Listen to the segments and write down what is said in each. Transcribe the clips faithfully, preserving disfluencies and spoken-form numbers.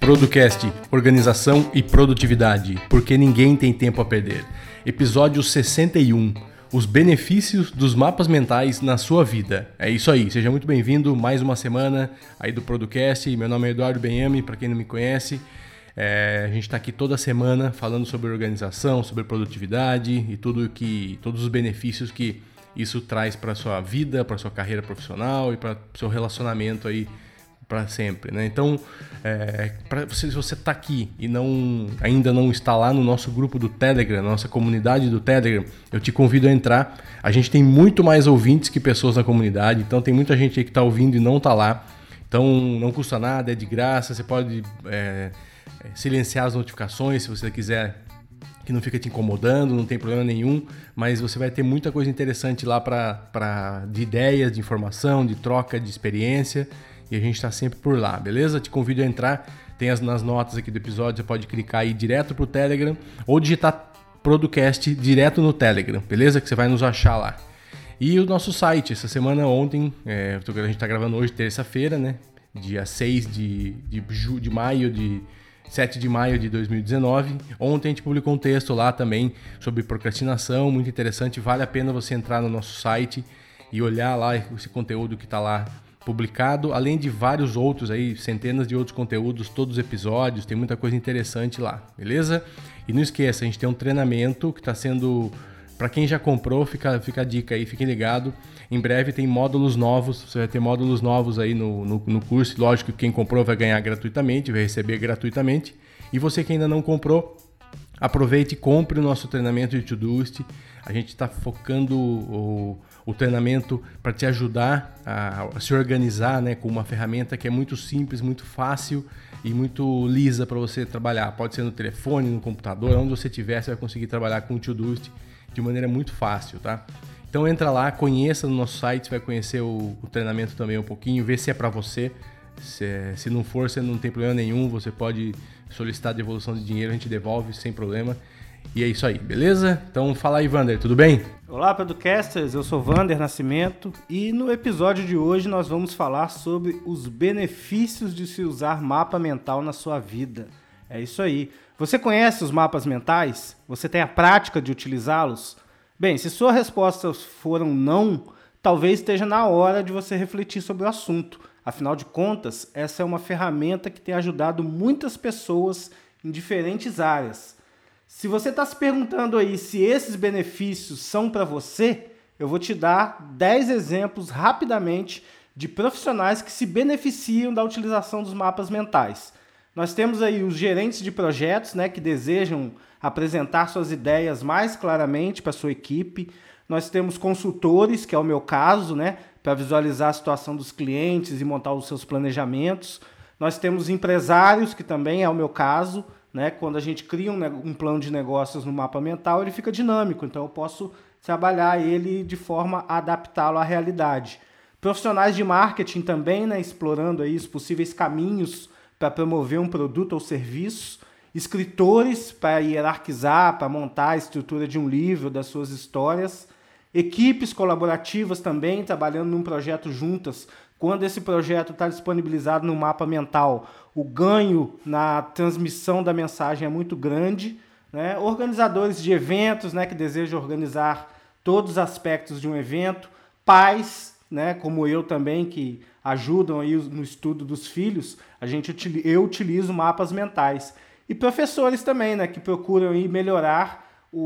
Producast, organização e produtividade, porque ninguém tem tempo a perder. Episódio sessenta e um, os benefícios dos mapas mentais na sua vida. É isso aí, seja muito bem-vindo, mais uma semana aí do Producast. Meu nome é Eduardo Benhame, para quem não me conhece. É, a gente está aqui toda semana falando sobre organização, sobre produtividade e tudo que, todos os benefícios que isso traz para a sua vida, para a sua carreira profissional e para o seu relacionamento aí para sempre, né? Então, é, pra você, se você está aqui e não, ainda não está lá no nosso grupo do Telegram, nossa comunidade do Telegram, eu te convido a entrar. A gente tem muito mais ouvintes que pessoas na comunidade, então tem muita gente aí que está ouvindo e não está lá. Então, não custa nada, é de graça, você pode é, silenciar as notificações se você quiser, que não fica te incomodando, não tem problema nenhum, mas você vai ter muita coisa interessante lá pra, pra, de ideias, de informação, de troca de experiência. E a gente está sempre por lá, beleza? Te convido a entrar, tem as, nas notas aqui do episódio, você pode clicar aí direto pro Telegram ou digitar Producast direto no Telegram, beleza? Que você vai nos achar lá. E o nosso site, essa semana ontem, é, a gente está gravando hoje, terça-feira, né? Dia seis de, de, de maio de... sete de maio de dois mil e dezenove. Ontem a gente publicou um texto lá também sobre procrastinação, muito interessante. Vale a pena você entrar no nosso site e olhar lá esse conteúdo que está lá publicado, além de vários outros aí, centenas de outros conteúdos, todos os episódios, tem muita coisa interessante lá, beleza? E não esqueça, a gente tem um treinamento que está sendo, para quem já comprou, fica, fica a dica aí, fiquem ligados. Em breve tem módulos novos, você vai ter módulos novos aí no, no, no curso. Lógico que quem comprou vai ganhar gratuitamente, vai receber gratuitamente. E você que ainda não comprou, aproveite e compre o nosso treinamento de Todoist. A gente está focando o, o treinamento para te ajudar a, a se organizar, né, com uma ferramenta que é muito simples, muito fácil e muito lisa para você trabalhar. Pode ser no telefone, no computador, onde você estiver, você vai conseguir trabalhar com o Todoist de maneira muito fácil, tá? Então entra lá, conheça no nosso site, você vai conhecer o, o treinamento também um pouquinho, ver se é para você. Se, se não for, você não tem problema nenhum, você pode solicitar devolução de dinheiro, a gente devolve sem problema. E é isso aí, beleza? Então fala aí, Vander, tudo bem? Olá, Producasters, eu sou Vander Nascimento e no episódio de hoje nós vamos falar sobre os benefícios de se usar mapa mental na sua vida. É isso aí. Você conhece os mapas mentais? Você tem a prática de utilizá-los? Bem, se suas respostas foram não, talvez esteja na hora de você refletir sobre o assunto. Afinal de contas, essa é uma ferramenta que tem ajudado muitas pessoas em diferentes áreas. Se você está se perguntando aí se esses benefícios são para você, eu vou te dar dez exemplos rapidamente de profissionais que se beneficiam da utilização dos mapas mentais. Nós temos aí os gerentes de projetos, né, que desejam apresentar suas ideias mais claramente para a sua equipe. Nós temos consultores, que é o meu caso, né, para visualizar a situação dos clientes e montar os seus planejamentos. Nós temos empresários, que também é o meu caso, né, quando a gente cria um, um plano de negócios no mapa mental, ele fica dinâmico, então eu posso trabalhar ele de forma a adaptá-lo à realidade. Profissionais de marketing também, né, explorando aí os possíveis caminhos para promover um produto ou serviço. Escritores para hierarquizar, para montar a estrutura de um livro, das suas histórias. Equipes colaborativas também, trabalhando num projeto juntas. Quando esse projeto está disponibilizado no mapa mental, o ganho na transmissão da mensagem é muito grande, né? Organizadores de eventos, né, que desejam organizar todos os aspectos de um evento. Pais, né, como eu também, que ajudam aí no estudo dos filhos, a gente, eu utilizo mapas mentais. E professores também, né, que procuram aí melhorar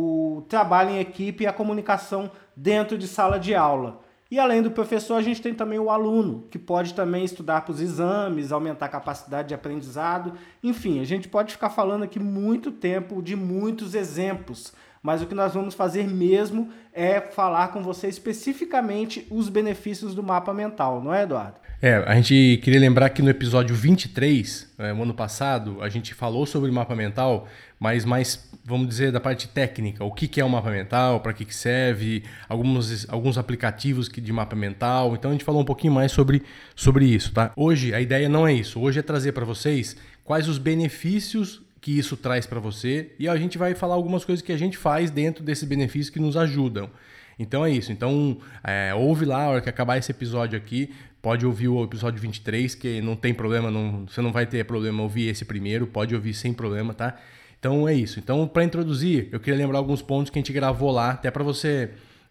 o trabalho em equipe e a comunicação dentro de sala de aula. E além do professor, a gente tem também o aluno, que pode também estudar para os exames, aumentar a capacidade de aprendizado. Enfim, a gente pode ficar falando aqui muito tempo de muitos exemplos, mas o que nós vamos fazer mesmo é falar com você especificamente os benefícios do mapa mental, não é, Eduardo? É, a gente queria lembrar que no episódio vinte e três, é, no ano passado, a gente falou sobre mapa mental, mas mais, vamos dizer, da parte técnica. O que, que é o mapa mental, para que, que serve, alguns, alguns aplicativos que, de mapa mental. Então a gente falou um pouquinho mais sobre, sobre isso, tá? Hoje a ideia não é isso. Hoje é trazer para vocês quais os benefícios que isso traz para você e a gente vai falar algumas coisas que a gente faz dentro desses benefícios que nos ajudam. Então é isso. Então é, ouve lá, a hora que acabar esse episódio aqui, pode ouvir o episódio vinte e três, que não tem problema, não, você não vai ter problema ouvir esse primeiro, pode ouvir sem problema, tá? Então é isso. Então, para introduzir, eu queria lembrar alguns pontos que a gente gravou lá, até para você,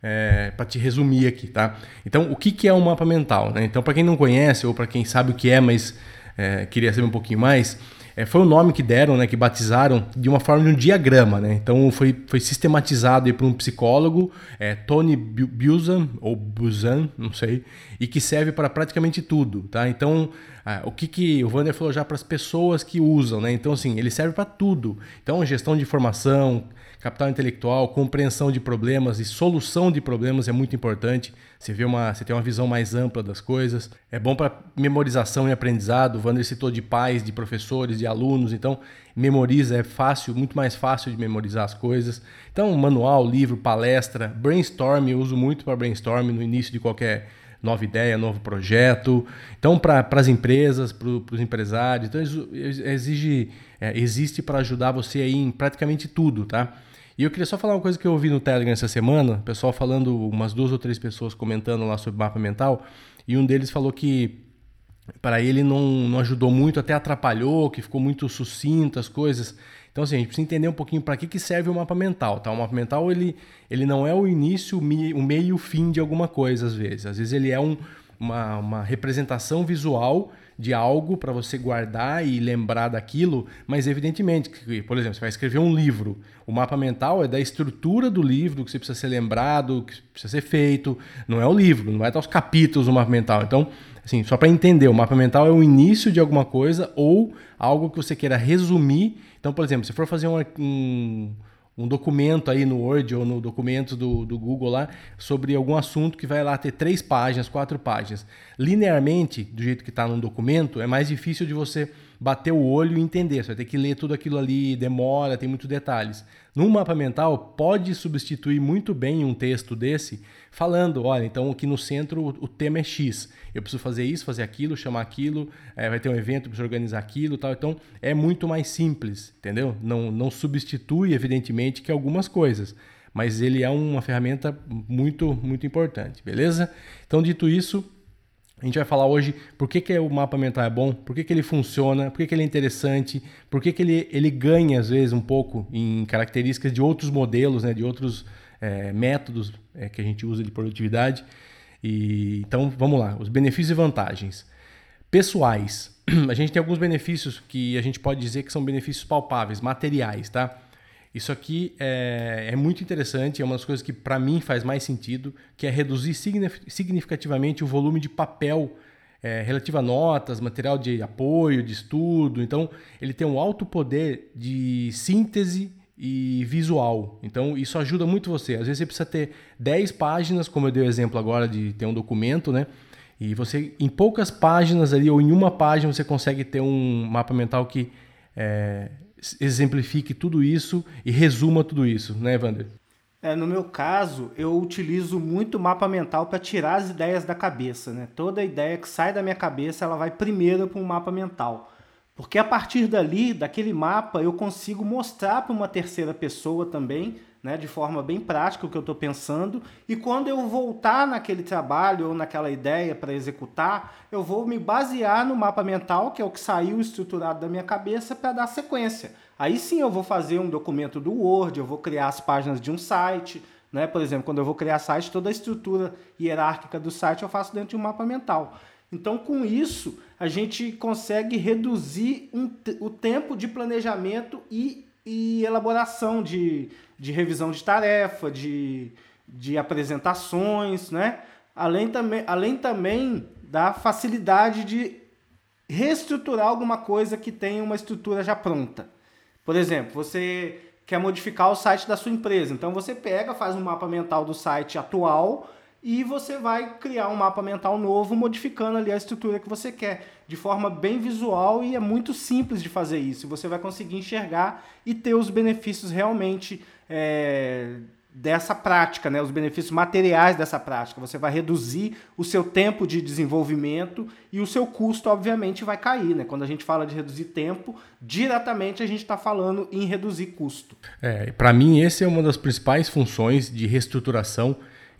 é, para te resumir aqui, tá? Então, o que, que é um mapa mental, né? Então, para quem não conhece, ou para quem sabe o que é, mas é, queria saber um pouquinho mais, é, foi o nome que deram, né, que batizaram de uma forma de um diagrama, né? Então, foi, foi sistematizado aí por um psicólogo, é, Tony Buzan, ou Buzan, não sei, e que serve para praticamente tudo, tá? Então, ah, o que, que o Wander falou já para as pessoas que usam, né? Então, assim, ele serve para tudo. Então, gestão de informação, capital intelectual, compreensão de problemas e solução de problemas é muito importante. Você vê uma, você tem uma visão mais ampla das coisas. É bom para memorização e aprendizado. O Wander citou de pais, de professores, de alunos. Então, memoriza, é fácil, muito mais fácil de memorizar as coisas. Então, manual, livro, palestra, brainstorm, eu uso muito para brainstorm no início de qualquer nova ideia, novo projeto. Então, para as empresas, para os empresários, então exige, é, existe para ajudar você aí em praticamente tudo, tá? E eu queria só falar uma coisa que eu ouvi no Telegram essa semana, o pessoal falando, umas duas ou três pessoas comentando lá sobre mapa mental, e um deles falou que para ele não, não ajudou muito, até atrapalhou, que ficou muito sucinto as coisas. Então, assim, a gente precisa entender um pouquinho para que, que serve o mapa mental, tá? O mapa mental, ele, ele não é o início, o meio e o fim de alguma coisa, às vezes. Às vezes ele é um, uma, uma representação visual de algo para você guardar e lembrar daquilo, mas evidentemente, que, por exemplo, você vai escrever um livro, o mapa mental é da estrutura do livro, que você precisa ser lembrado, que precisa ser feito, não é o livro, não vai estar os capítulos do mapa mental. Então, assim, só para entender, o mapa mental é o início de alguma coisa ou algo que você queira resumir. Então, por exemplo, se for fazer um, um, um documento aí no Word ou no documento do, do Google lá sobre algum assunto que vai lá ter três páginas, quatro páginas. Linearmente, do jeito que está num documento, é mais difícil de você bater o olho e entender. Você vai ter que ler tudo aquilo ali, demora, tem muitos detalhes. Num mapa mental, pode substituir muito bem um texto desse falando, olha, então aqui no centro o tema é X. Eu preciso fazer isso, fazer aquilo, chamar aquilo, é, vai ter um evento, eu preciso organizar aquilo e tal. Então, é muito mais simples, entendeu? Não, não substitui, evidentemente, que algumas coisas. Mas ele é uma ferramenta muito, muito importante, beleza? Então, dito isso, a gente vai falar hoje por que, que o mapa mental é bom, por que, que ele funciona, por que, que ele é interessante, por que, que ele, ele ganha, às vezes, um pouco em características de outros modelos, né, de outros é, métodos é, que a gente usa de produtividade. E, então, vamos lá. Os benefícios e vantagens. Pessoais. A gente tem alguns benefícios que a gente pode dizer que são benefícios palpáveis, materiais, tá? Isso aqui é, é muito interessante, é uma das coisas que para mim faz mais sentido, que é reduzir significativamente o volume de papel é, relativo a notas, material de apoio, de estudo. Então, ele tem um alto poder de síntese e visual. Então, isso ajuda muito você. Às vezes você precisa ter dez páginas, como eu dei o exemplo agora de ter um documento, né? E você, em poucas páginas ali, ou em uma página, você consegue ter um mapa mental que é, exemplifique tudo isso e resuma tudo isso, né, Wander? É, no meu caso, eu utilizo muito mapa mental para tirar as ideias da cabeça, né? Toda ideia que sai da minha cabeça, ela vai primeiro para um mapa mental. Porque a partir dali, daquele mapa, eu consigo mostrar para uma terceira pessoa também, né, de forma bem prática o que eu estou pensando. E quando eu voltar naquele trabalho ou naquela ideia para executar, eu vou me basear no mapa mental, que é o que saiu estruturado da minha cabeça, para dar sequência. Aí sim eu vou fazer um documento do Word, eu vou criar as páginas de um site, né? Por exemplo, quando eu vou criar site, toda a estrutura hierárquica do site eu faço dentro de um mapa mental. Então, com isso, a gente consegue reduzir um, o tempo de planejamento e, e elaboração de, de revisão de tarefa, de, de apresentações, né? Além também, além também da facilidade de reestruturar alguma coisa que tenha uma estrutura já pronta. Por exemplo, você quer modificar o site da sua empresa, então você pega, faz um mapa mental do site atual e você vai criar um mapa mental novo, modificando ali a estrutura que você quer, de forma bem visual, e é muito simples de fazer isso. Você vai conseguir enxergar e ter os benefícios realmente é, dessa prática, né? Os benefícios materiais dessa prática. Você vai reduzir o seu tempo de desenvolvimento e o seu custo, obviamente, vai cair, né? Quando a gente fala de reduzir tempo, diretamente a gente está falando em reduzir custo. É, para mim, essa é uma das principais funções de reestruturação.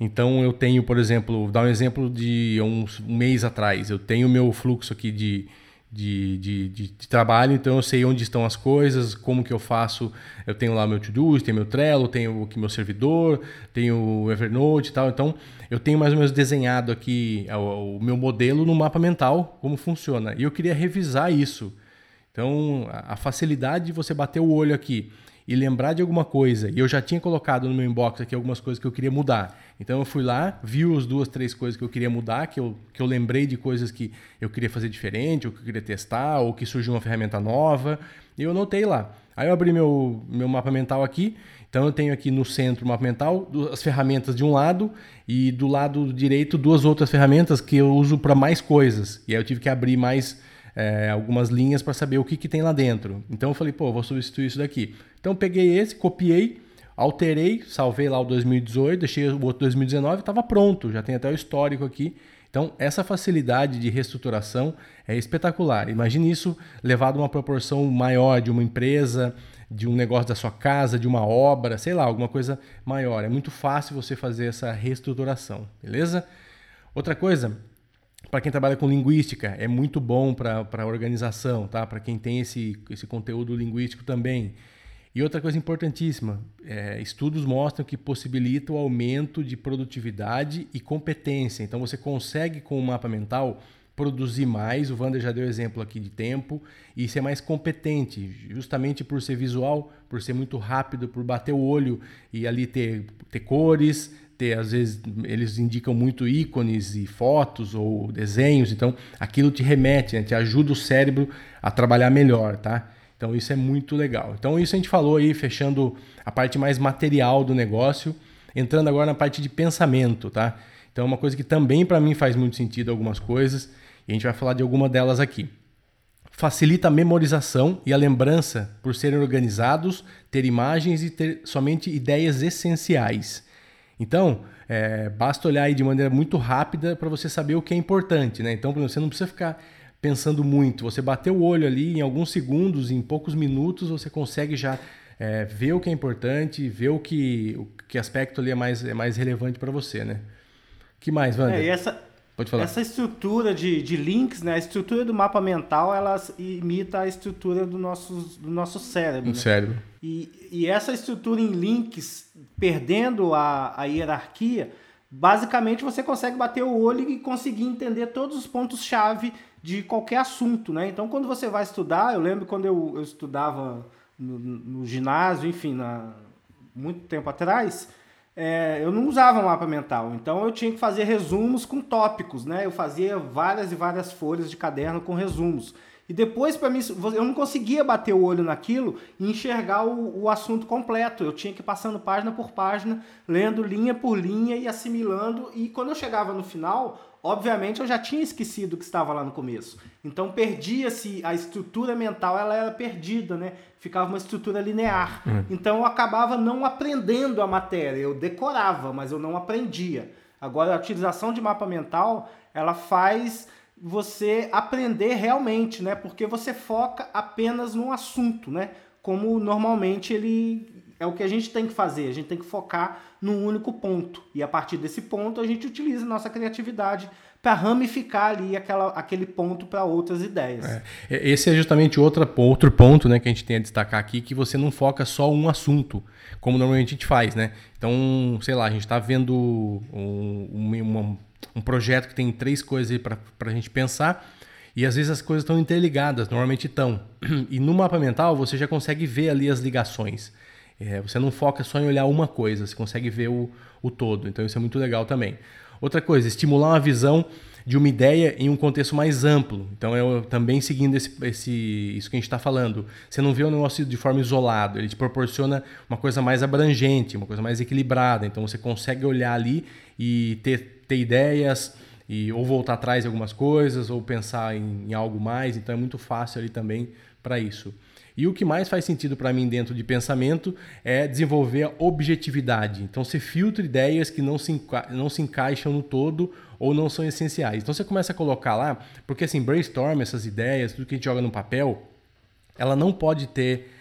Então eu tenho, por exemplo, vou dar um exemplo de uns, um mês atrás, eu tenho o meu fluxo aqui de, de, de, de, de trabalho, então eu sei onde estão as coisas, como que eu faço, eu tenho lá meu to-do, tenho meu Trello, tenho aqui meu servidor, tenho o Evernote e tal, então eu tenho mais ou menos desenhado aqui o, o meu modelo no mapa mental, como funciona, e eu queria revisar isso. Então a, a facilidade de você bater o olho aqui e lembrar de alguma coisa, e eu já tinha colocado no meu inbox aqui algumas coisas que eu queria mudar. Então eu fui lá, vi as duas, três coisas que eu queria mudar, que eu, que eu lembrei de coisas que eu queria fazer diferente, ou que eu queria testar, ou que surgiu uma ferramenta nova, e eu anotei lá. Aí eu abri meu, meu mapa mental aqui, então eu tenho aqui no centro o mapa mental, as ferramentas de um lado, e do lado direito duas outras ferramentas que eu uso para mais coisas. E aí eu tive que abrir mais é, algumas linhas para saber o que, que tem lá dentro. Então eu falei, pô, eu vou substituir isso daqui. Então eu peguei esse, copiei, alterei, salvei lá o dois mil e dezoito, deixei o outro dois mil e dezenove, estava pronto, já tem até o histórico aqui. Então essa facilidade de reestruturação é espetacular. Imagine isso levado a uma proporção maior de uma empresa, de um negócio da sua casa, de uma obra, sei lá, alguma coisa maior. É muito fácil você fazer essa reestruturação, beleza? Outra coisa, para quem trabalha com linguística, é muito bom para a organização, tá? Para quem tem esse, esse conteúdo linguístico também. E outra coisa importantíssima, é, estudos mostram que possibilita o aumento de produtividade e competência. Então você consegue com o mapa mental produzir mais, o Wander já deu exemplo aqui de tempo, e ser mais competente, justamente por ser visual, por ser muito rápido, por bater o olho e ali ter, ter cores, ter, às vezes eles indicam muito ícones e fotos ou desenhos, então aquilo te remete, né, te ajuda o cérebro a trabalhar melhor, tá? Então isso é muito legal. Então isso a gente falou aí, fechando a parte mais material do negócio, entrando agora na parte de pensamento, tá? Então uma coisa que também para mim faz muito sentido algumas coisas, e a gente vai falar de alguma delas aqui. Facilita a memorização e a lembrança por serem organizados, ter imagens e ter somente ideias essenciais. Então, é, basta olhar aí de maneira muito rápida para você saber o que é importante, né? Então você não precisa ficar pensando muito, você bateu o olho ali em alguns segundos, em poucos minutos, você consegue já é, ver o que é importante, ver o que, o que aspecto ali é mais, é mais relevante para você, né? O que mais, Wander? É, e essa, Pode falar. Essa estrutura de, de links, né? A estrutura do mapa mental, ela imita a estrutura do nosso, do nosso cérebro. No né? cérebro. E, e essa estrutura em links, perdendo a, a hierarquia, basicamente você consegue bater o olho e conseguir entender todos os pontos-chave de qualquer assunto, né? Então, quando você vai estudar, eu lembro quando eu, eu estudava no, no ginásio, enfim, na, muito tempo atrás, é, eu não usava mapa mental, então eu tinha que fazer resumos com tópicos, né? Eu fazia várias e várias folhas de caderno com resumos. E depois, para mim, eu não conseguia bater o olho naquilo e enxergar o, o assunto completo. Eu tinha que ir passando página por página, lendo linha por linha e assimilando. E quando eu chegava no final, obviamente eu já tinha esquecido o que estava lá no começo. Então perdia-se, a estrutura mental ela era perdida, né? Ficava uma estrutura linear. Uhum. Então eu acabava não aprendendo a matéria. Eu decorava, mas eu não aprendia. Agora a utilização de mapa mental, ela faz você aprender realmente, né? Porque você foca apenas num assunto, né? Como normalmente ele é o que a gente tem que fazer, a gente tem que focar num único ponto. E a partir desse ponto a gente utiliza a nossa criatividade para ramificar ali aquela, aquele ponto para outras ideias. É. Esse é justamente outra, outro ponto, né, que a gente tem a destacar aqui, que você não foca só um assunto, como normalmente a gente faz, né? Então, sei lá, a gente está vendo um, uma, um projeto que tem três coisas aí para a gente pensar, e às vezes as coisas estão interligadas, normalmente estão. E no mapa mental você já consegue ver ali as ligações. É, você não foca só em olhar uma coisa, você consegue ver o, o todo. Então isso é muito legal também. Outra coisa, estimular uma visão de uma ideia em um contexto mais amplo. Então, eu também seguindo esse, esse, isso que a gente está falando. Você não vê o negócio de forma isolada, ele te proporciona uma coisa mais abrangente, uma coisa mais equilibrada. Então, você consegue olhar ali e ter, ter ideias, e, ou voltar atrás em algumas coisas, ou pensar em, em algo mais. Então, é muito fácil ali também para isso. E o que mais faz sentido para mim dentro de pensamento é desenvolver a objetividade. Então você filtra ideias que não se, enca- não se encaixam no todo ou não são essenciais. Então você começa a colocar lá, porque assim, brainstorm, essas ideias, tudo que a gente joga no papel, ela não pode ter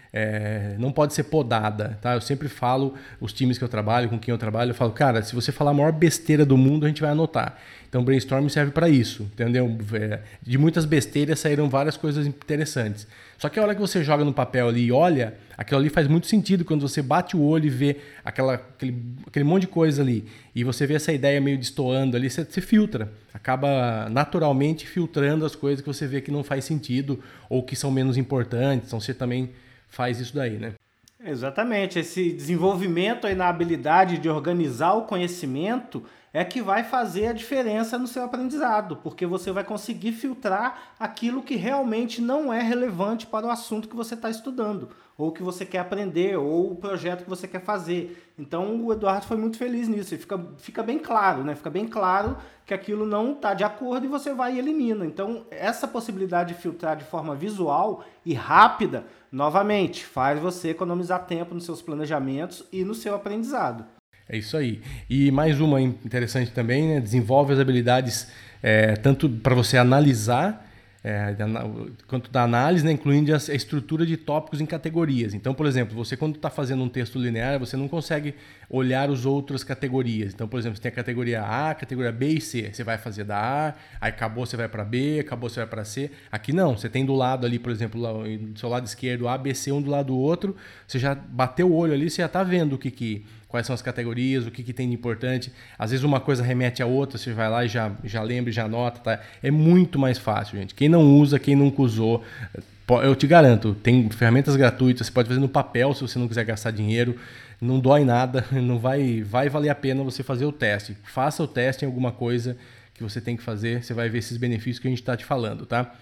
é, não pode ser podada, tá? Eu sempre falo, os times que eu trabalho, com quem eu trabalho, eu falo, cara, se você falar a maior besteira do mundo, a gente vai anotar. Então, o brainstorm serve para isso, entendeu? De muitas besteiras saíram várias coisas interessantes. Só que a hora que você joga no papel ali e olha, aquilo ali faz muito sentido quando você bate o olho e vê aquela, aquele, aquele monte de coisa ali, e você vê essa ideia meio destoando ali, você, você filtra. Acaba naturalmente filtrando as coisas que você vê que não faz sentido ou que são menos importantes. Então, você também faz isso daí, né? Exatamente. Esse desenvolvimento aí na habilidade de organizar o conhecimento é que vai fazer a diferença no seu aprendizado, porque você vai conseguir filtrar aquilo que realmente não é relevante para o assunto que você está estudando, ou que você quer aprender, ou o projeto que você quer fazer. Então o Eduardo foi muito feliz nisso, e fica, fica bem claro, né? Fica bem claro que aquilo não está de acordo e você vai e elimina. Então essa possibilidade de filtrar de forma visual e rápida, novamente, faz você economizar tempo nos seus planejamentos e no seu aprendizado. É isso aí. E mais uma interessante também, né? Desenvolve as habilidades é, tanto para você analisar, é, quanto da análise, né? Incluindo a estrutura de tópicos em categorias. Então, por exemplo, você quando está fazendo um texto linear, você não consegue olhar as outras categorias. Então, por exemplo, você tem a categoria A, a categoria B e C. Você vai fazer da A, aí acabou, você vai para B, acabou, você vai para C. Aqui não, você tem do lado ali, por exemplo, do seu lado esquerdo, A, B, C, um do lado do outro. Você já bateu o olho ali, você já está vendo o que que... quais são as categorias, o que, que tem de importante. Às vezes uma coisa remete a outra, você vai lá e já, já lembra e já anota. Tá? É muito mais fácil, gente. Quem não usa, quem nunca usou, eu te garanto, tem ferramentas gratuitas, você pode fazer no papel se você não quiser gastar dinheiro, não dói nada, não vai, vai valer a pena você fazer o teste. Faça o teste em alguma coisa que você tem que fazer, você vai ver esses benefícios que a gente está te falando, tá?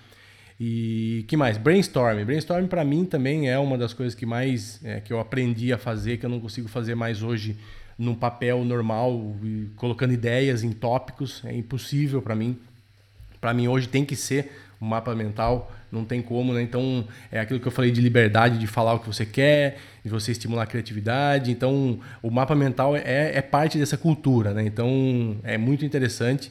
E que mais? Brainstorming. Brainstorming para mim também é uma das coisas que mais é, que eu aprendi a fazer, que eu não consigo fazer mais hoje num papel normal, colocando ideias em tópicos. É impossível para mim. Para mim hoje tem que ser um mapa mental, não tem como, né? Então é aquilo que eu falei de liberdade de falar o que você quer, de você estimular a criatividade. Então o mapa mental é, é parte dessa cultura, né? Então é muito interessante.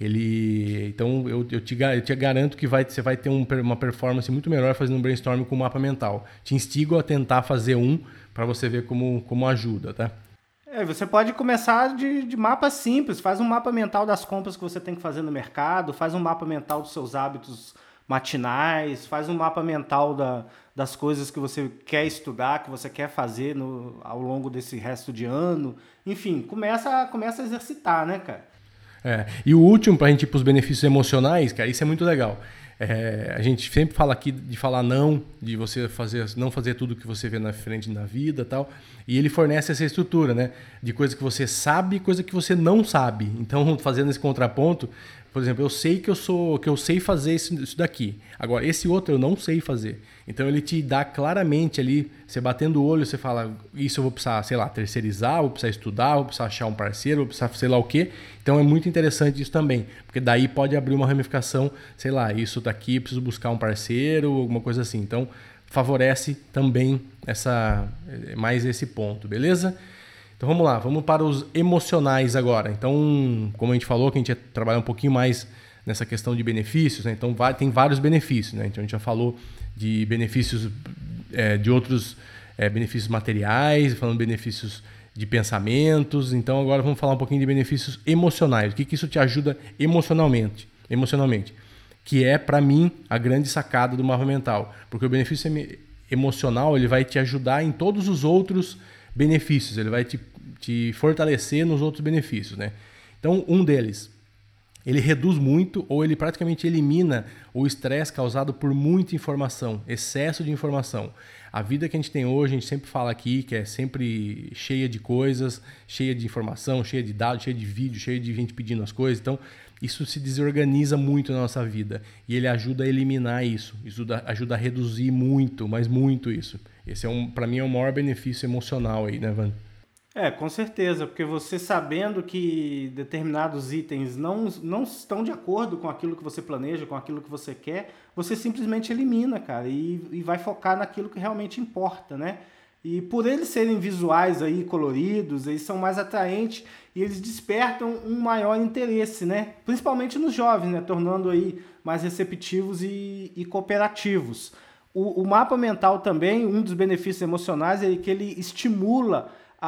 Ele, então eu, eu, te, eu te garanto que vai, você vai ter um, uma performance muito melhor fazendo um brainstorming com mapa mental. Te instigo a tentar fazer um para você ver como, como ajuda, tá? É, você pode começar de, de mapa simples, faz um mapa mental das compras que você tem que fazer no mercado, faz um mapa mental dos seus hábitos matinais, faz um mapa mental da, das coisas que você quer estudar, que você quer fazer no, ao longo desse resto de ano. Enfim, começa, começa a exercitar, né, cara? É, e o último, para a gente ir para os benefícios emocionais, cara, isso é muito legal. É, a gente sempre fala aqui de falar não, de você fazer, não fazer tudo que você vê na frente na vida e tal. E ele fornece essa estrutura, né? De coisa que você sabe e coisa que você não sabe. Então, fazendo esse contraponto, por exemplo, eu sei que eu sou, que eu sei fazer isso, isso daqui. Agora, esse outro eu não sei fazer. Então, ele te dá claramente ali, você batendo o olho, você fala, isso eu vou precisar, sei lá, terceirizar, vou precisar estudar, vou precisar achar um parceiro, vou precisar sei lá o quê. Então, é muito interessante isso também, porque daí pode abrir uma ramificação, sei lá, isso daqui, preciso buscar um parceiro, alguma coisa assim. Então, favorece também essa, mais esse ponto, beleza? Então vamos lá, vamos para os emocionais agora. Então, como a gente falou, que a gente ia trabalhar um pouquinho mais nessa questão de benefícios, né? Então vai, tem vários benefícios, né? Então a gente já falou de benefícios é, de outros é, benefícios materiais, falando de benefícios de pensamentos. Então agora vamos falar um pouquinho de benefícios emocionais. O que, que isso te ajuda emocionalmente? Emocionalmente. Que é, para mim, a grande sacada do mapa mental. Porque o benefício emocional ele vai te ajudar em todos os outros benefícios, ele vai te, te fortalecer nos outros benefícios, né? Então, um deles, ele reduz muito ou ele praticamente elimina o estresse causado por muita informação, excesso de informação. A vida que a gente tem hoje, a gente sempre fala aqui, que é sempre cheia de coisas, cheia de informação, cheia de dados, cheia de vídeo, cheia de gente pedindo as coisas. Então, isso se desorganiza muito na nossa vida e ele ajuda a eliminar isso, isso ajuda a reduzir muito, mas muito isso. Esse é um, para mim é o maior benefício emocional aí, né, Van? É, com certeza, porque você sabendo que determinados itens não, não estão de acordo com aquilo que você planeja, com aquilo que você quer, você simplesmente elimina, cara, e, e vai focar naquilo que realmente importa, né? E por eles serem visuais aí, coloridos, eles são mais atraentes e eles despertam um maior interesse, né? Principalmente nos jovens, né? Tornando aí mais receptivos e, e cooperativos. O, o mapa mental também, um dos benefícios emocionais é que ele estimula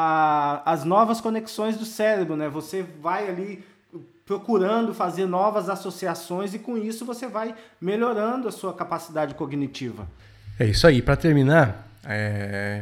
a, as novas conexões do cérebro, né? Você vai ali procurando fazer novas associações e com isso você vai melhorando a sua capacidade cognitiva. É isso aí. Para terminar, é...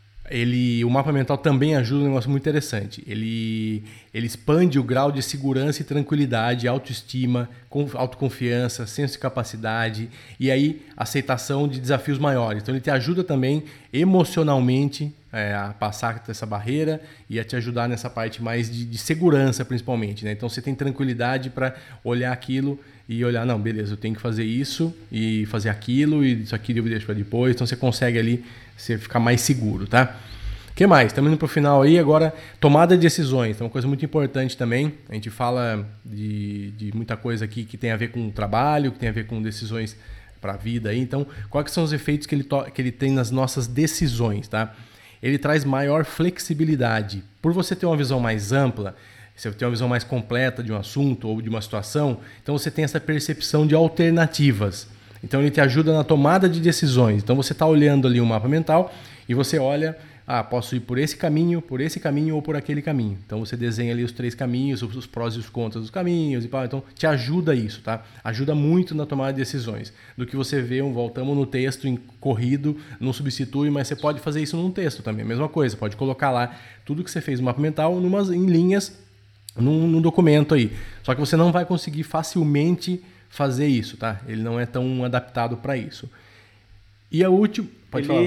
Ele, o mapa mental também ajuda um negócio muito interessante. Ele, ele expande o grau de segurança e tranquilidade, autoestima, autoconfiança, senso de capacidade e aí aceitação de desafios maiores. Então ele te ajuda também emocionalmente é, a passar essa barreira e a te ajudar nessa parte mais de, de segurança principalmente, né? Então você tem tranquilidade para olhar aquilo e olhar, não, beleza, eu tenho que fazer isso e fazer aquilo e isso aqui eu deixo para depois. Então você consegue ali você ficar mais seguro, tá? O que mais? Estamos indo para o final aí. Agora, tomada de decisões. É uma coisa muito importante também. A gente fala de, de muita coisa aqui que tem a ver com o trabalho, que tem a ver com decisões para a vida aí. Então, quais são os efeitos que ele, to- que ele tem nas nossas decisões, tá? Ele traz maior flexibilidade. Por você ter uma visão mais ampla, você tem uma visão mais completa de um assunto ou de uma situação, então você tem essa percepção de alternativas. Então ele te ajuda na tomada de decisões. Então você está olhando ali um mapa mental e você olha, ah, posso ir por esse caminho, por esse caminho ou por aquele caminho. Então você desenha ali os três caminhos, os prós e os contras dos caminhos. E pá. Então te ajuda isso, tá? Ajuda muito na tomada de decisões. Do que você vê, um, voltamos no texto em corrido, não substitui, mas você pode fazer isso num texto também. Mesma coisa, pode colocar lá tudo que você fez no mapa mental numas, em linhas, num, num documento aí. Só que você não vai conseguir facilmente fazer isso, tá? Ele não é tão adaptado para isso. E a última... Pode ele, falar.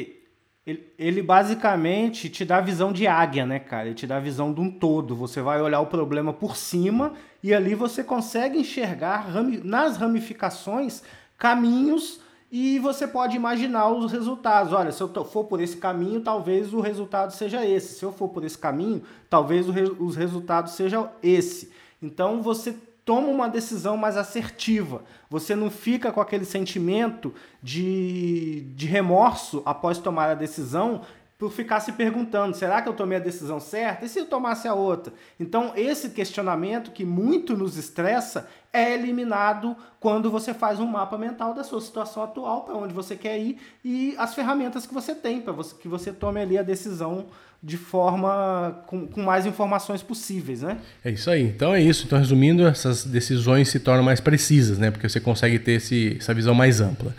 Ele, ele basicamente te dá a visão de águia, né, cara? Ele te dá a visão de um todo. Você vai olhar o problema por cima e ali você consegue enxergar rami, nas ramificações caminhos e você pode imaginar os resultados. Olha, se eu for por esse caminho, talvez o resultado seja esse. Se eu for por esse caminho, talvez o re, os resultados sejam esse. Então você toma uma decisão mais assertiva. Você não fica com aquele sentimento de, de remorso após tomar a decisão por ficar se perguntando, será que eu tomei a decisão certa? E se eu tomasse a outra? Então, esse questionamento que muito nos estressa é eliminado quando você faz um mapa mental da sua situação atual, para onde você quer ir e as ferramentas que você tem para você, que você tome ali a decisão de forma com, com mais informações possíveis, né? É isso aí. Então é isso. Então, resumindo, essas decisões se tornam mais precisas, né? Porque você consegue ter esse, essa visão mais ampla.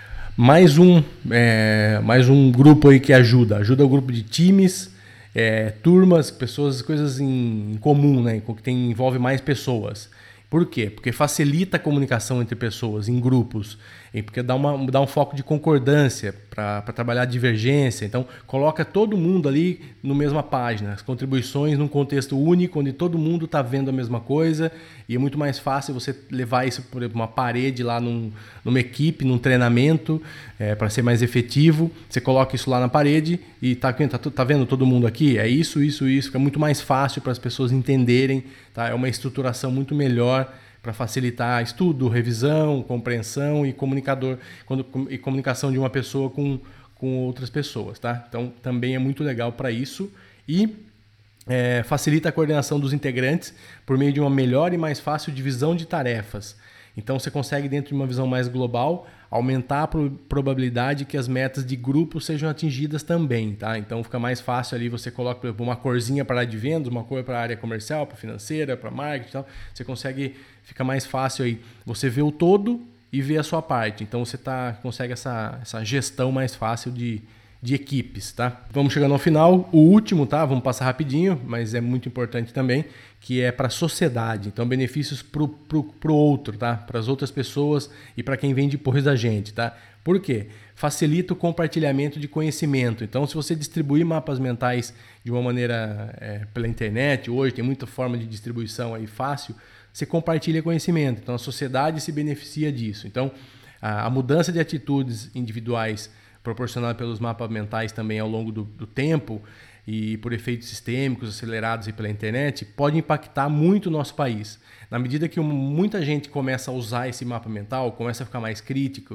Mais um, é, mais um grupo aí que ajuda. Ajuda o grupo de times, é, turmas, pessoas, coisas em, em comum, né? Que tem, envolve mais pessoas. Por quê? Porque facilita a comunicação entre pessoas, em grupos, porque dá, uma, dá um foco de concordância para trabalhar a divergência. Então, coloca todo mundo ali na mesma página, as contribuições num contexto único, onde todo mundo está vendo a mesma coisa, e é muito mais fácil você levar isso por uma parede lá num, numa equipe, num treinamento, é, para ser mais efetivo. Você coloca isso lá na parede e está tá, tá vendo todo mundo aqui? É isso, isso, isso. Fica muito mais fácil para as pessoas entenderem, tá? É uma estruturação muito melhor para facilitar estudo, revisão, compreensão e, comunicador, quando, e comunicação de uma pessoa com, com outras pessoas, tá? Então, também é muito legal para isso e é, facilita a coordenação dos integrantes por meio de uma melhor e mais fácil divisão de tarefas. Então, você consegue, dentro de uma visão mais global, aumentar a probabilidade que as metas de grupo sejam atingidas também, tá? Então, fica mais fácil ali, você coloca, por exemplo, uma corzinha para a área de vendas, uma cor para a área comercial, para financeira, para marketing e tal. Você consegue, fica mais fácil aí, você vê o todo e vê a sua parte. Então, você tá, consegue essa, essa gestão mais fácil de, de equipes, tá? Vamos chegando ao final. O último, tá? Vamos passar rapidinho, mas é muito importante também, que é para a sociedade. Então, benefícios para o outro, tá? Para as outras pessoas e para quem vem depois da gente, tá? Por quê? Facilita o compartilhamento de conhecimento. Então, se você distribuir mapas mentais de uma maneira é, pela internet, hoje tem muita forma de distribuição aí fácil, você compartilha conhecimento. Então, a sociedade se beneficia disso. Então, a, a mudança de atitudes individuais proporcionada pelos mapas mentais também ao longo do, do tempo e por efeitos sistêmicos acelerados e pela internet, pode impactar muito o nosso país. Na medida que muita gente começa a usar esse mapa mental, começa a ficar mais crítico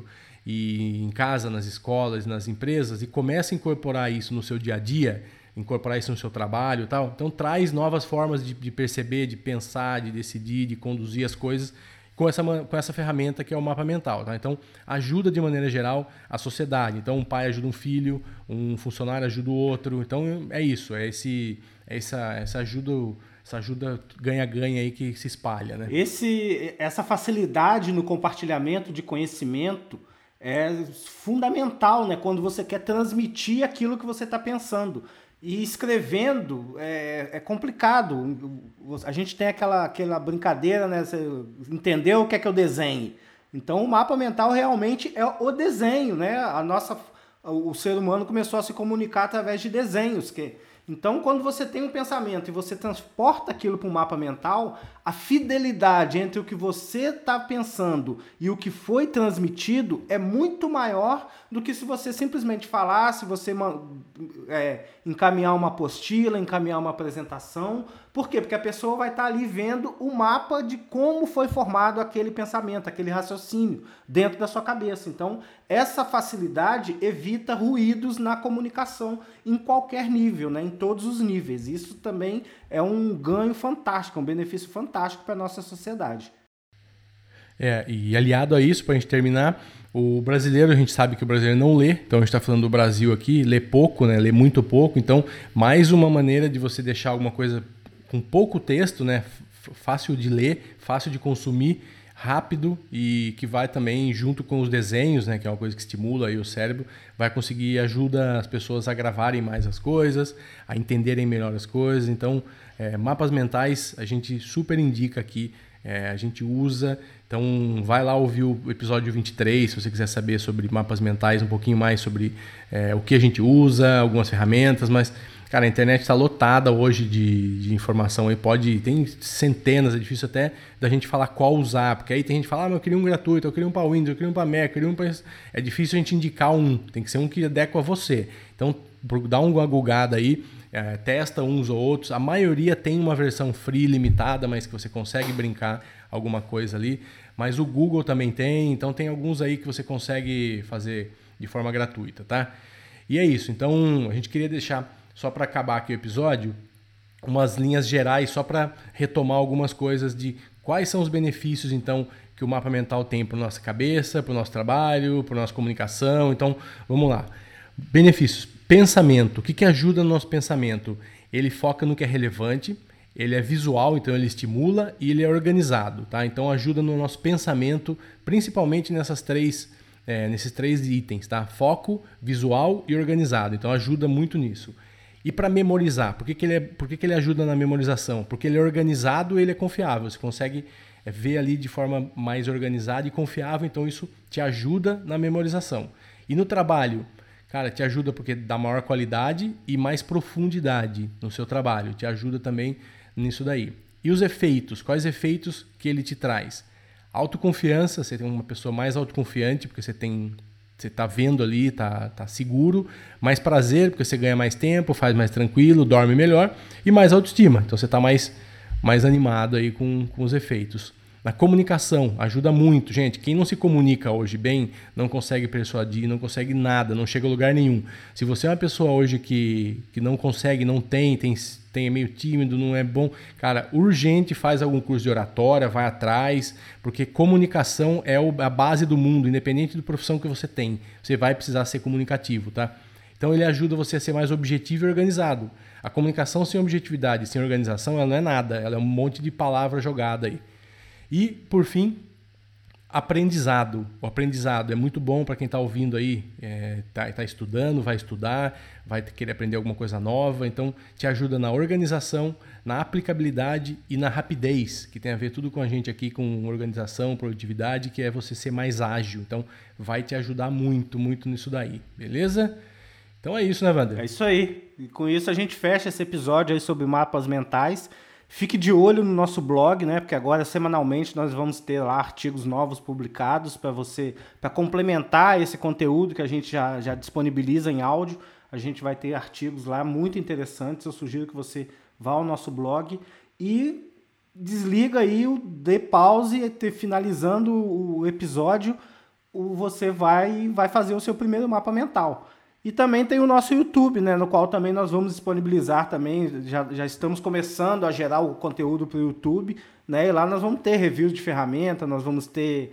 e em casa, nas escolas, nas empresas, e começa a incorporar isso no seu dia a dia, incorporar isso no seu trabalho e tal, então traz novas formas de, de perceber, de pensar, de decidir, de conduzir as coisas com essa, com essa ferramenta que é o mapa mental. Tá? Então, ajuda de maneira geral a sociedade. Então, um pai ajuda um filho, um funcionário ajuda o outro. Então, é isso, é, esse, é essa, essa ajuda... Essa ajuda ganha-ganha aí que se espalha, né? Esse, essa facilidade no compartilhamento de conhecimento é fundamental, né? Quando você quer transmitir aquilo que você está pensando. E escrevendo é, é complicado. A gente tem aquela, aquela brincadeira, né? Você entendeu o que é que eu desenho? Então, o mapa mental realmente é o desenho, né? A nossa, o ser humano começou a se comunicar através de desenhos, que Então, quando você tem um pensamento e você transporta aquilo para um mapa mental, a fidelidade entre o que você está pensando e o que foi transmitido é muito maior do que se você simplesmente falar, se você é, encaminhar uma apostila, encaminhar uma apresentação. Por quê? Porque a pessoa vai estar ali vendo o mapa de como foi formado aquele pensamento, aquele raciocínio dentro da sua cabeça. Então, essa facilidade evita ruídos na comunicação em qualquer nível, né? Em todos os níveis. Isso também é um ganho fantástico, um benefício fantástico para a nossa sociedade. É, e aliado a isso, para a gente terminar, o brasileiro, a gente sabe que o brasileiro não lê, então a gente está falando do Brasil aqui, lê pouco, né? Lê muito pouco, então mais uma maneira de você deixar alguma coisa com pouco texto, né? Fácil de ler, fácil de consumir, rápido e que vai também junto com os desenhos, né, que é uma coisa que estimula aí o cérebro, vai conseguir ajuda as pessoas a gravarem mais as coisas, a entenderem melhor as coisas. Então, é, mapas mentais a gente super indica aqui, é, a gente usa. Então, vai lá ouvir o episódio vinte e três, se você quiser saber sobre mapas mentais, um pouquinho mais sobre é, o que a gente usa, algumas ferramentas, mas cara, a internet está lotada hoje de, de informação aí, pode, tem centenas, é difícil até da gente falar qual usar, porque aí tem gente que fala, ah, mas eu queria um gratuito, eu queria um para Windows, eu queria um para Mac, eu queria um para... É difícil a gente indicar um, tem que ser um que adequa a você. Então, dá uma gugada aí, é, testa uns ou outros, a maioria tem uma versão free limitada, mas que você consegue brincar alguma coisa ali, mas o Google também tem, então tem alguns aí que você consegue fazer de forma gratuita, tá? E é isso, então a gente queria deixar... Só para acabar aqui o episódio, umas linhas gerais, só para retomar algumas coisas de quais são os benefícios, então, que o mapa mental tem para a nossa cabeça, para o nosso trabalho, para a nossa comunicação. Então, vamos lá. Benefícios. Pensamento. O que, que ajuda no nosso pensamento? Ele foca no que é relevante, ele é visual, então ele estimula, e ele é organizado, tá? Então, ajuda no nosso pensamento, principalmente nessas três, é, nesses três itens, tá? Foco, visual e organizado. Então, ajuda muito nisso. E para memorizar, por que, que, ele é, por que, que ele ajuda na memorização? Porque ele é organizado e ele é confiável. Você consegue ver ali de forma mais organizada e confiável, então isso te ajuda na memorização. E no trabalho, cara, te ajuda porque dá maior qualidade e mais profundidade no seu trabalho. Te ajuda também nisso daí. E os efeitos? Quais efeitos que ele te traz? Autoconfiança, você tem uma pessoa mais autoconfiante porque você tem... Você está vendo ali, está tá seguro, mais prazer, porque você ganha mais tempo, faz mais tranquilo, dorme melhor, e mais autoestima. Então você está mais, mais animado aí com, com os efeitos. Na comunicação, ajuda muito. Gente, quem não se comunica hoje bem, não consegue persuadir, não consegue nada, não chega a lugar nenhum. Se você é uma pessoa hoje que, que não consegue, não tem, tem, tem, é meio tímido, não é bom, cara, urgente faz algum curso de oratória, vai atrás, porque comunicação é a base do mundo, independente da profissão que você tem. Você vai precisar ser comunicativo, tá? Então ele ajuda você a ser mais objetivo e organizado. A comunicação sem objetividade, sem organização, ela não é nada, ela é um monte de palavra jogada aí. E, por fim, aprendizado. O aprendizado é muito bom para quem está ouvindo aí, está é, tá estudando, vai estudar, vai querer aprender alguma coisa nova. Então, te ajuda na organização, na aplicabilidade e na rapidez, que tem a ver tudo com a gente aqui, com organização, produtividade, que é você ser mais ágil. Então, vai te ajudar muito, muito nisso daí. Beleza? Então é isso, né, Wander? É isso aí. E com isso a gente fecha esse episódio aí sobre mapas mentais. Fique de olho no nosso blog, né? Porque agora semanalmente nós vamos ter lá artigos novos publicados para você, para complementar esse conteúdo que a gente já, já disponibiliza em áudio. A gente vai ter artigos lá muito interessantes. Eu sugiro que você vá ao nosso blog e desliga aí, o dê pause e finalizando o episódio, você vai, vai fazer o seu primeiro mapa mental. E também tem o nosso YouTube, né, no qual também nós vamos disponibilizar também, já, já estamos começando a gerar o conteúdo para o YouTube, né, e lá nós vamos ter reviews de ferramenta, nós vamos ter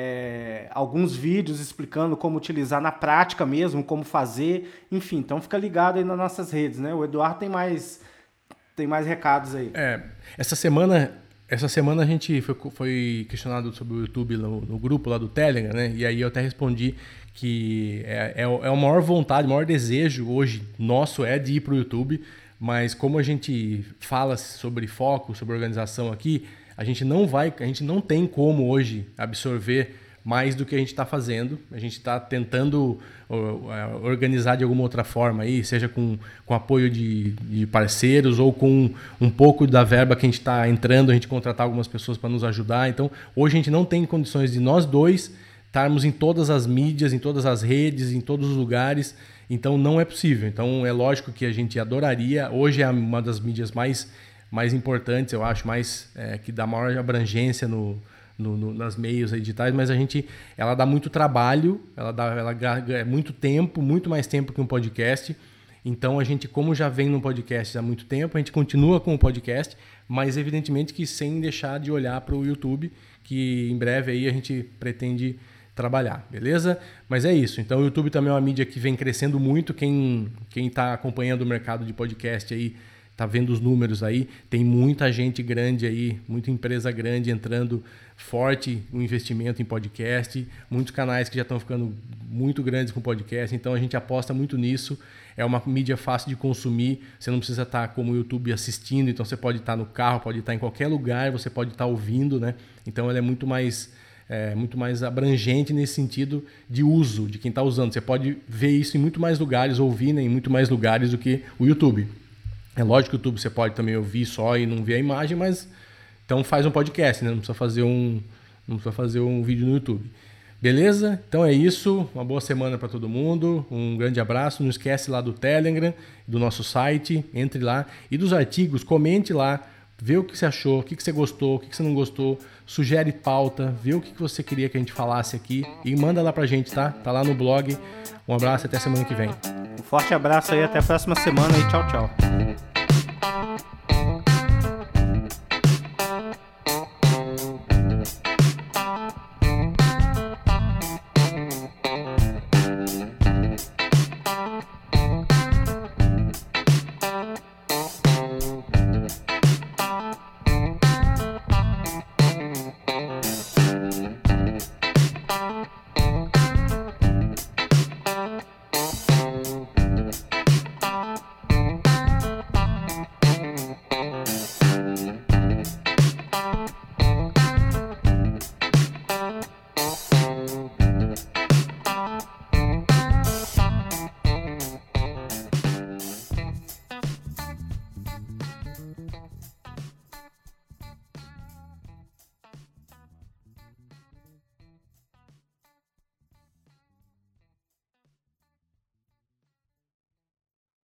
é, alguns vídeos explicando como utilizar na prática mesmo, como fazer, enfim, então fica ligado aí nas nossas redes, né, o Eduardo tem mais, tem mais recados aí. É, essa semana... Essa semana a gente foi, foi questionado sobre o YouTube no, no grupo lá do Telegram, né? E aí eu até respondi que é, é, é a maior vontade, o maior desejo hoje nosso é de ir para o YouTube, mas como a gente fala sobre foco, sobre organização aqui, a gente não vai, a gente não tem como hoje absorver mais do que a gente está fazendo. A gente está tentando organizar de alguma outra forma, aí, seja com, com apoio de, de parceiros ou com um pouco da verba que a gente está entrando, a gente contratar algumas pessoas para nos ajudar. Então, hoje a gente não tem condições de nós dois estarmos em todas as mídias, em todas as redes, em todos os lugares. Então, não é possível. Então, é lógico que a gente adoraria. Hoje é uma das mídias mais, mais importantes, eu acho, mais, é, que dá maior abrangência no No, no, nas meios digitais, mas a gente, ela dá muito trabalho, ela dá ela ganha muito tempo, muito mais tempo que um podcast. Então a gente, como já vem no podcast há muito tempo, a gente continua com o podcast, mas evidentemente que sem deixar de olhar para o YouTube, que em breve aí a gente pretende trabalhar, beleza? Mas é isso. Então o YouTube também é uma mídia que vem crescendo muito. Quem quem está acompanhando o mercado de podcast aí tá vendo os números aí, tem muita gente grande aí, muita empresa grande entrando forte no investimento em podcast, muitos canais que já estão ficando muito grandes com podcast, então a gente aposta muito nisso. É uma mídia fácil de consumir, você não precisa estar como o YouTube assistindo, então você pode estar no carro, pode estar em qualquer lugar, você pode estar ouvindo, né? Então ela é muito mais, é, muito mais abrangente nesse sentido de uso, de quem está usando. Você pode ver isso em muito mais lugares, ouvir, né, em muito mais lugares do que o YouTube. É lógico que o YouTube você pode também ouvir só e não ver a imagem, mas então faz um podcast, né? Não precisa fazer um, não precisa fazer um vídeo no YouTube. Beleza? Então é isso. Uma boa semana para todo mundo. Um grande abraço. Não esquece lá do Telegram, do nosso site. Entre lá. E dos artigos, comente lá. Vê o que você achou, o que você gostou, o que você não gostou. Sugere pauta, vê o que você queria que a gente falasse aqui. E manda lá pra gente, tá? Tá lá no blog. Um abraço e até semana que vem. Um forte abraço aí. Até a próxima semana e tchau, tchau.